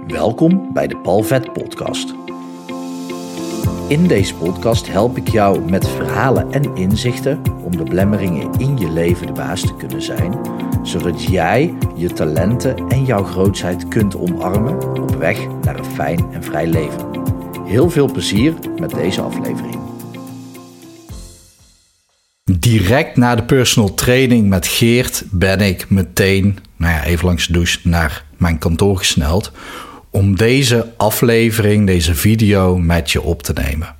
Welkom bij de Paul Vet Podcast. In deze podcast help ik jou met verhalen en inzichten om de belemmeringen in je leven de baas te kunnen zijn, zodat jij je talenten en jouw grootsheid kunt omarmen op weg naar een fijn en vrij leven. Heel veel plezier met deze aflevering. Direct na de personal training met Geert ben ik meteen, even langs de douche, naar mijn kantoor gesneld om deze aflevering, deze video met je op te nemen.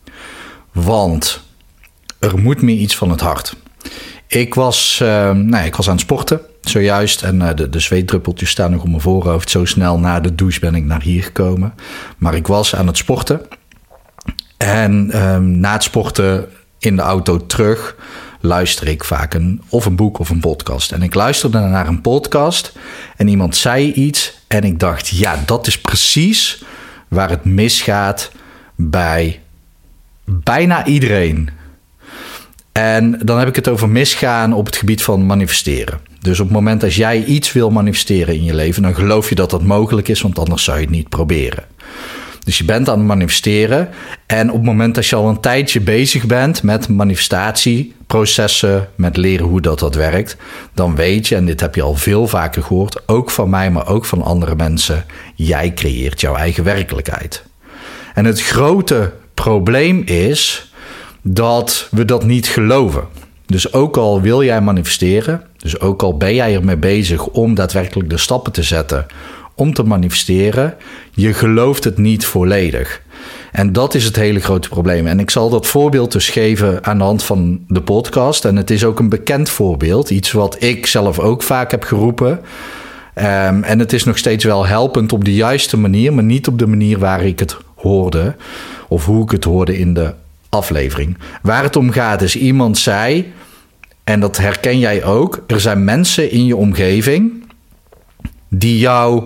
Want er moet me iets van het hart. Ik was aan het sporten zojuist en de zweetdruppeltjes staan nog op mijn voorhoofd. Zo snel na de douche ben ik naar hier gekomen. Maar ik was aan het sporten en na het sporten in de auto terug luister ik vaak een boek of een podcast. En ik luisterde naar een podcast en iemand zei iets en ik dacht, ja, dat is precies waar het misgaat bij bijna iedereen. En dan heb ik het over misgaan op het gebied van manifesteren. Dus op het moment dat jij iets wil manifesteren in je leven, dan geloof je dat dat mogelijk is, want anders zou je het niet proberen. Dus je bent aan het manifesteren en op het moment dat je al een tijdje bezig bent met manifestatieprocessen, met leren hoe dat werkt, dan weet je, en dit heb je al veel vaker gehoord, ook van mij, maar ook van andere mensen, jij creëert jouw eigen werkelijkheid. En het grote probleem is dat we dat niet geloven. Dus ook al wil jij manifesteren, dus ook al ben jij ermee bezig om daadwerkelijk de stappen te zetten om te manifesteren, je gelooft het niet volledig. En dat is het hele grote probleem. En ik zal dat voorbeeld dus geven aan de hand van de podcast. En het is ook een bekend voorbeeld. Iets wat ik zelf ook vaak heb geroepen. En het is nog steeds wel helpend op de juiste manier, maar niet op de manier waar ik het hoorde. Of hoe ik het hoorde in de aflevering. Waar het om gaat is, iemand zei, en dat herken jij ook, er zijn mensen in je omgeving die jou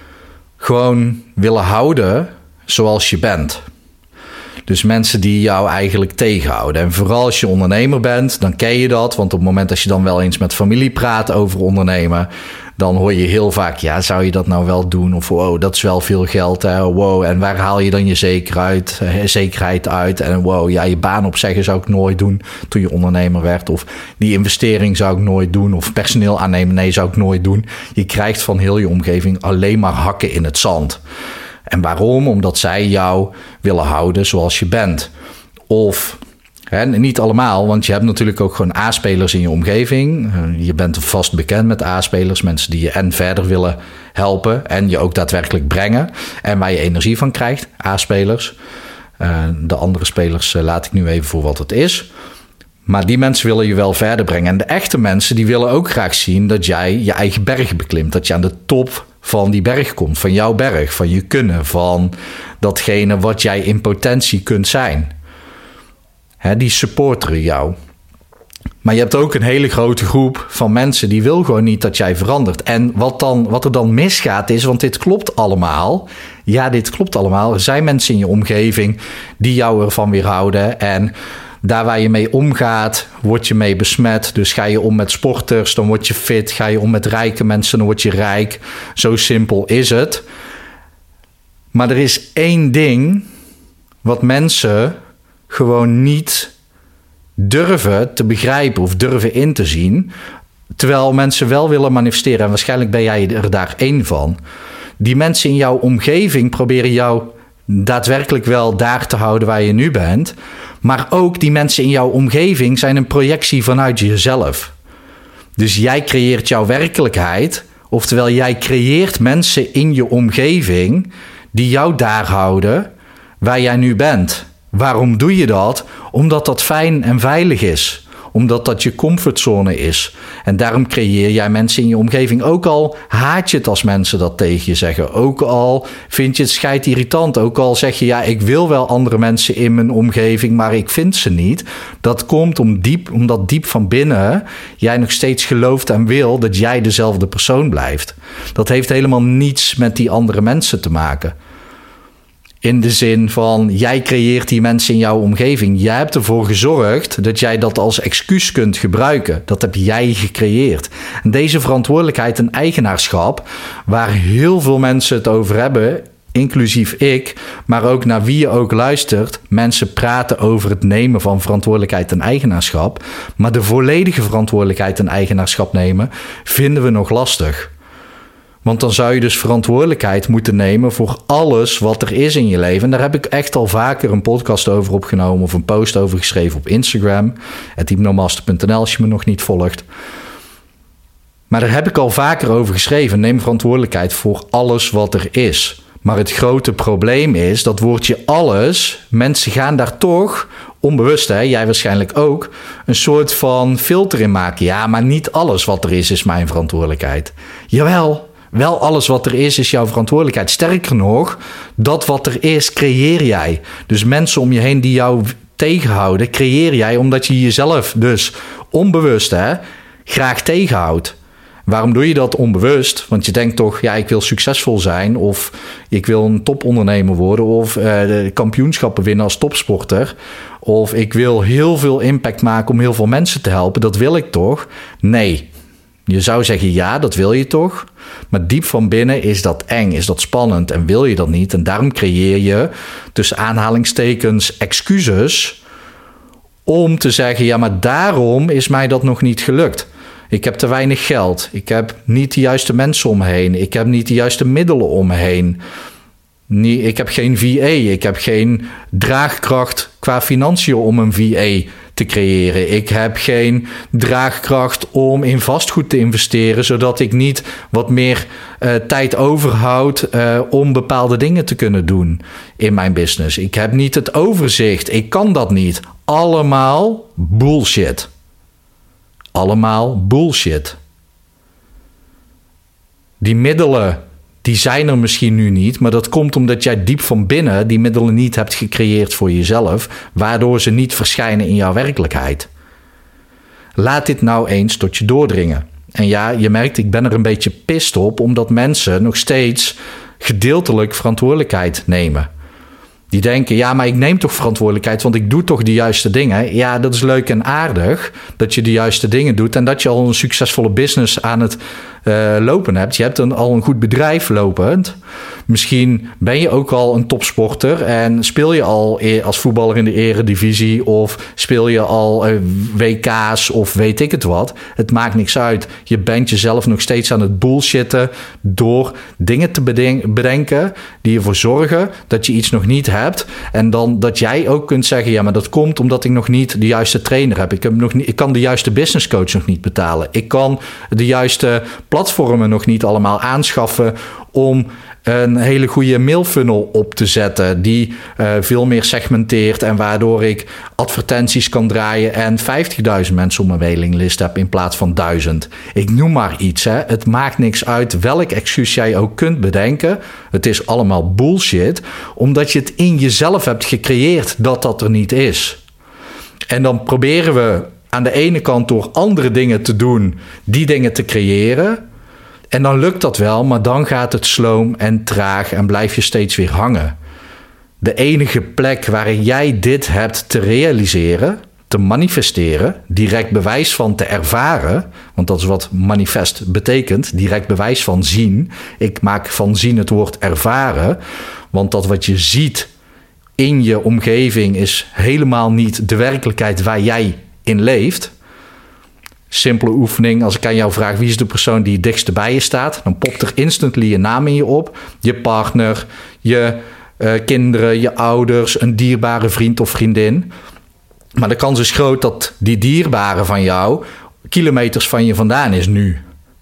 gewoon willen houden zoals je bent. Dus mensen die jou eigenlijk tegenhouden. En vooral als je ondernemer bent, dan ken je dat. Want op het moment dat je dan wel eens met familie praat over ondernemen, dan hoor je heel vaak, ja, zou je dat nou wel doen? Of wow, dat is wel veel geld. Hè? Wow, en waar haal je dan je zekerheid uit? En wow, ja, je baan opzeggen zou ik nooit doen toen je ondernemer werd. Of die investering zou ik nooit doen. Of personeel aannemen, nee, zou ik nooit doen. Je krijgt van heel je omgeving alleen maar hakken in het zand. En waarom? Omdat zij jou willen houden zoals je bent. Of niet allemaal, want je hebt natuurlijk ook gewoon A-spelers in je omgeving. Je bent vast bekend met A-spelers, mensen die je en verder willen helpen en je ook daadwerkelijk brengen. En waar je energie van krijgt, A-spelers. De andere spelers laat ik nu even voor wat het is. Maar die mensen willen je wel verder brengen. En de echte mensen die willen ook graag zien dat jij je eigen berg beklimt. Dat je aan de top van die berg komt, van jouw berg, van je kunnen, van datgene wat jij in potentie kunt zijn. Die supporteren jou. Maar je hebt ook een hele grote groep van mensen die wil gewoon niet dat jij verandert. En wat er dan misgaat is, want dit klopt allemaal. Ja, dit klopt allemaal. Er zijn mensen in je omgeving die jou ervan weerhouden. En daar waar je mee omgaat, word je mee besmet. Dus ga je om met sporters, dan word je fit. Ga je om met rijke mensen, dan word je rijk. Zo simpel is het. Maar er is één ding wat mensen gewoon niet durven te begrijpen of durven in te zien, terwijl mensen wel willen manifesteren. En waarschijnlijk ben jij er daar één van. Die mensen in jouw omgeving proberen jou daadwerkelijk wel daar te houden waar je nu bent. Maar ook die mensen in jouw omgeving zijn een projectie vanuit jezelf. Dus jij creëert jouw werkelijkheid. Oftewel, jij creëert mensen in je omgeving die jou daar houden waar jij nu bent. Waarom doe je dat? Omdat dat fijn en veilig is. Omdat dat je comfortzone is. En daarom creëer jij mensen in je omgeving. Ook al haat je het als mensen dat tegen je zeggen. Ook al vind je het scheidirritant. Ook al zeg je, ja, ik wil wel andere mensen in mijn omgeving, maar ik vind ze niet. Dat komt omdat diep van binnen jij nog steeds gelooft en wil dat jij dezelfde persoon blijft. Dat heeft helemaal niets met die andere mensen te maken. In de zin van, jij creëert die mensen in jouw omgeving. Jij hebt ervoor gezorgd dat jij dat als excuus kunt gebruiken. Dat heb jij gecreëerd. En deze verantwoordelijkheid en eigenaarschap, waar heel veel mensen het over hebben, inclusief ik, maar ook naar wie je ook luistert. Mensen praten over het nemen van verantwoordelijkheid en eigenaarschap. Maar de volledige verantwoordelijkheid en eigenaarschap nemen, vinden we nog lastig. Want dan zou je dus verantwoordelijkheid moeten nemen voor alles wat er is in je leven. En daar heb ik echt al vaker een podcast over opgenomen of een post over geschreven op Instagram. @hypnomaster.nl als je me nog niet volgt. Maar daar heb ik al vaker over geschreven. Neem verantwoordelijkheid voor alles wat er is. Maar het grote probleem is, dat woordje alles, mensen gaan daar toch, onbewust hè, jij waarschijnlijk ook, een soort van filter in maken. Ja, maar niet alles wat er is mijn verantwoordelijkheid. Jawel. Wel alles wat er is jouw verantwoordelijkheid. Sterker nog, dat wat er is, creëer jij. Dus mensen om je heen die jou tegenhouden, creëer jij omdat je jezelf dus onbewust graag tegenhoudt. Waarom doe je dat onbewust? Want je denkt toch, ja, ik wil succesvol zijn of ik wil een topondernemer worden of kampioenschappen winnen als topsporter. Of ik wil heel veel impact maken om heel veel mensen te helpen. Dat wil ik toch? Nee. Je zou zeggen, ja, dat wil je toch? Maar diep van binnen is dat eng, is dat spannend en wil je dat niet. En daarom creëer je tussen aanhalingstekens excuses om te zeggen, ja, maar daarom is mij dat nog niet gelukt. Ik heb te weinig geld. Ik heb niet de juiste mensen om me heen. Ik heb niet de juiste middelen om me heen. Ik heb geen VA. Ik heb geen draagkracht qua financiën om een VA te creëren. Ik heb geen draagkracht om in vastgoed te investeren, zodat ik niet wat meer tijd overhoud om bepaalde dingen te kunnen doen in mijn business. Ik heb niet het overzicht. Ik kan dat niet. Allemaal bullshit. Allemaal bullshit. Die middelen, die zijn er misschien nu niet, maar dat komt omdat jij diep van binnen die middelen niet hebt gecreëerd voor jezelf, waardoor ze niet verschijnen in jouw werkelijkheid. Laat dit nou eens tot je doordringen. En ja, je merkt, ik ben er een beetje pist op, omdat mensen nog steeds gedeeltelijk verantwoordelijkheid nemen. Die denken, ja, maar ik neem toch verantwoordelijkheid, want ik doe toch de juiste dingen. Ja, dat is leuk en aardig dat je de juiste dingen doet en dat je al een succesvolle business aan het lopen hebt. Je hebt al een goed bedrijf lopend. Misschien ben je ook al een topsporter en speel je al als voetballer in de eredivisie of speel je al WK's of weet ik het wat. Het maakt niks uit. Je bent jezelf nog steeds aan het bullshitten door dingen te bedenken die ervoor zorgen dat je iets nog niet hebt. En dan dat jij ook kunt zeggen, ja, maar dat komt omdat ik nog niet de juiste trainer heb. Ik kan de juiste business coach nog niet betalen. Ik kan de juiste platformen nog niet allemaal aanschaffen om een hele goede mailfunnel op te zetten die veel meer segmenteert en waardoor ik advertenties kan draaien en 50.000 mensen op mijn mailinglist heb in plaats van 1000. Ik noem maar iets. Hè. Het maakt niks uit welk excuus jij ook kunt bedenken. Het is allemaal bullshit, omdat je het in jezelf hebt gecreëerd dat dat er niet is. En dan proberen we aan de ene kant door andere dingen te doen, die dingen te creëren. En dan lukt dat wel, maar dan gaat het sloom en traag en blijf je steeds weer hangen. De enige plek waarin jij dit hebt te realiseren, te manifesteren, direct bewijs van te ervaren, want dat is wat manifest betekent, direct bewijs van zien. Ik maak van zien het woord ervaren, want dat wat je ziet in je omgeving is helemaal niet de werkelijkheid waar jij in leeft. Simpele oefening, als ik aan jou vraag wie is de persoon die het dichtst bij je staat, dan popt er instantly je naam in je op. Je partner, je kinderen, je ouders, een dierbare vriend of vriendin. Maar de kans is groot dat die dierbare van jou kilometers van je vandaan is nu.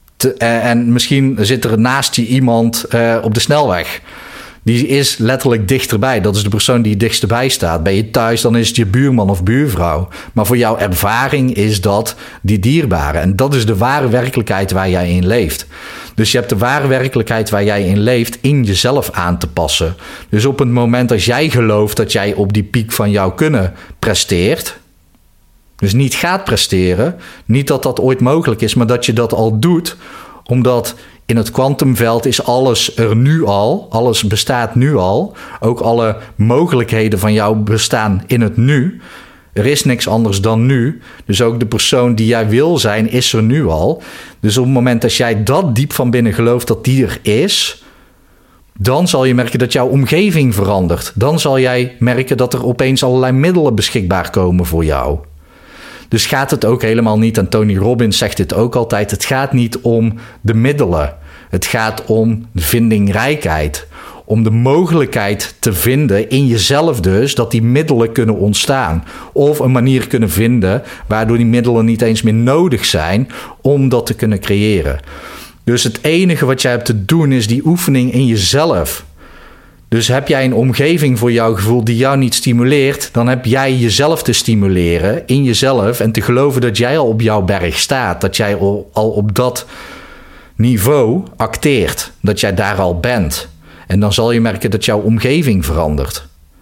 En misschien zit er naast je iemand op de snelweg. Die is letterlijk dichterbij. Dat is de persoon die het dichtst bij staat. Ben je thuis, dan is het je buurman of buurvrouw. Maar voor jouw ervaring is dat die dierbare. En dat is de ware werkelijkheid waar jij in leeft. Dus je hebt de ware werkelijkheid waar jij in leeft in jezelf aan te passen. Dus op het moment als jij gelooft dat jij op die piek van jouw kunnen presteert, dus niet gaat presteren, niet dat dat ooit mogelijk is, maar dat je dat al doet, omdat in het kwantumveld is alles er nu al. Alles bestaat nu al. Ook alle mogelijkheden van jouw bestaan in het nu. Er is niks anders dan nu. Dus ook de persoon die jij wil zijn, is er nu al. Dus op het moment dat jij dat diep van binnen gelooft dat die er is, dan zal je merken dat jouw omgeving verandert. Dan zal jij merken dat er opeens allerlei middelen beschikbaar komen voor jou. Dus gaat het ook helemaal niet, en Tony Robbins zegt dit ook altijd, het gaat niet om de middelen. Het gaat om de vindingrijkheid. Om de mogelijkheid te vinden in jezelf dus, dat die middelen kunnen ontstaan. Of een manier kunnen vinden waardoor die middelen niet eens meer nodig zijn om dat te kunnen creëren. Dus het enige wat jij hebt te doen is die oefening in jezelf. Dus heb jij een omgeving voor jouw gevoel die jou niet stimuleert, dan heb jij jezelf te stimuleren in jezelf en te geloven dat jij al op jouw berg staat. Dat jij al op dat niveau acteert. Dat jij daar al bent. En dan zal je merken dat jouw omgeving verandert.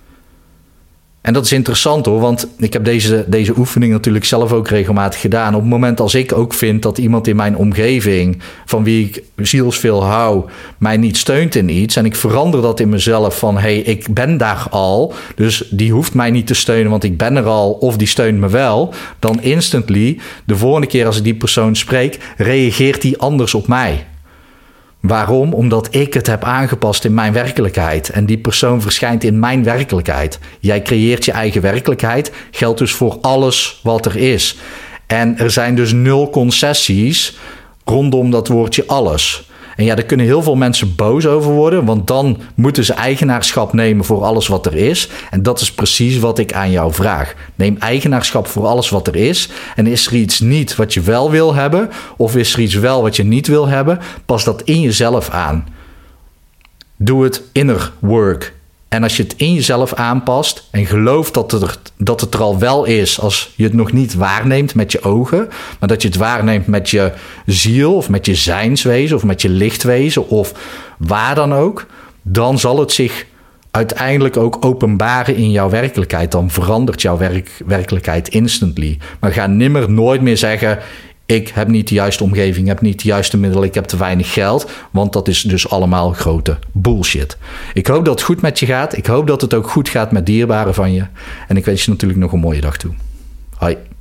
En dat is interessant hoor, want ik heb deze oefening natuurlijk zelf ook regelmatig gedaan. Op het moment als ik ook vind dat iemand in mijn omgeving, van wie ik zielsveel hou, mij niet steunt in iets. En ik verander dat in mezelf van, hey, ik ben daar al, dus die hoeft mij niet te steunen, want ik ben er al, of die steunt me wel. Dan instantly, de volgende keer als ik die persoon spreek, reageert die anders op mij. Waarom? Omdat ik het heb aangepast in mijn werkelijkheid. En die persoon verschijnt in mijn werkelijkheid. Jij creëert je eigen werkelijkheid. Geldt dus voor alles wat er is. En er zijn dus 0 concessies rondom dat woordje alles. En ja, daar kunnen heel veel mensen boos over worden. Want dan moeten ze eigenaarschap nemen voor alles wat er is. En dat is precies wat ik aan jou vraag. Neem eigenaarschap voor alles wat er is. En is er iets niet wat je wel wil hebben? Of is er iets wel wat je niet wil hebben? Pas dat in jezelf aan. Doe het inner work. En als je het in jezelf aanpast en gelooft dat het er al wel is, als je het nog niet waarneemt met je ogen, maar dat je het waarneemt met je ziel of met je zijnswezen of met je lichtwezen of waar dan ook, dan zal het zich uiteindelijk ook openbaren in jouw werkelijkheid. Dan verandert jouw werkelijkheid instantly. Maar ga nimmer nooit meer zeggen, ik heb niet de juiste omgeving, ik heb niet de juiste middelen, ik heb te weinig geld. Want dat is dus allemaal grote bullshit. Ik hoop dat het goed met je gaat. Ik hoop dat het ook goed gaat met dierbaren van je. En ik wens je natuurlijk nog een mooie dag toe. Hoi.